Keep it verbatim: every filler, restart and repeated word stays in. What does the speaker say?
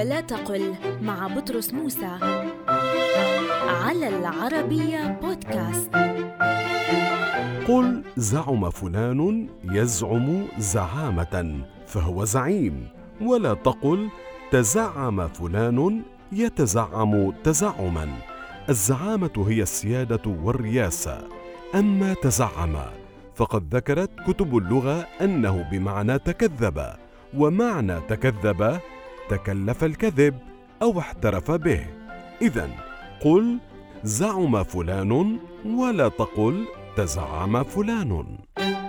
ولا تقل مع بطرس موسى على العربية بودكاست. قل زعم فلان يزعم زعامة فهو زعيم، ولا تقل تزعم فلان يتزعم تزعما. الزعامة هي السيادة والرياسة، أما تزعم فقد ذكرت كتب اللغة أنه بمعنى تكذب، ومعنى تكذب تكلف الكذب أو احترف به. إذن قل زعم فلان ولا تقل تزعم فلان.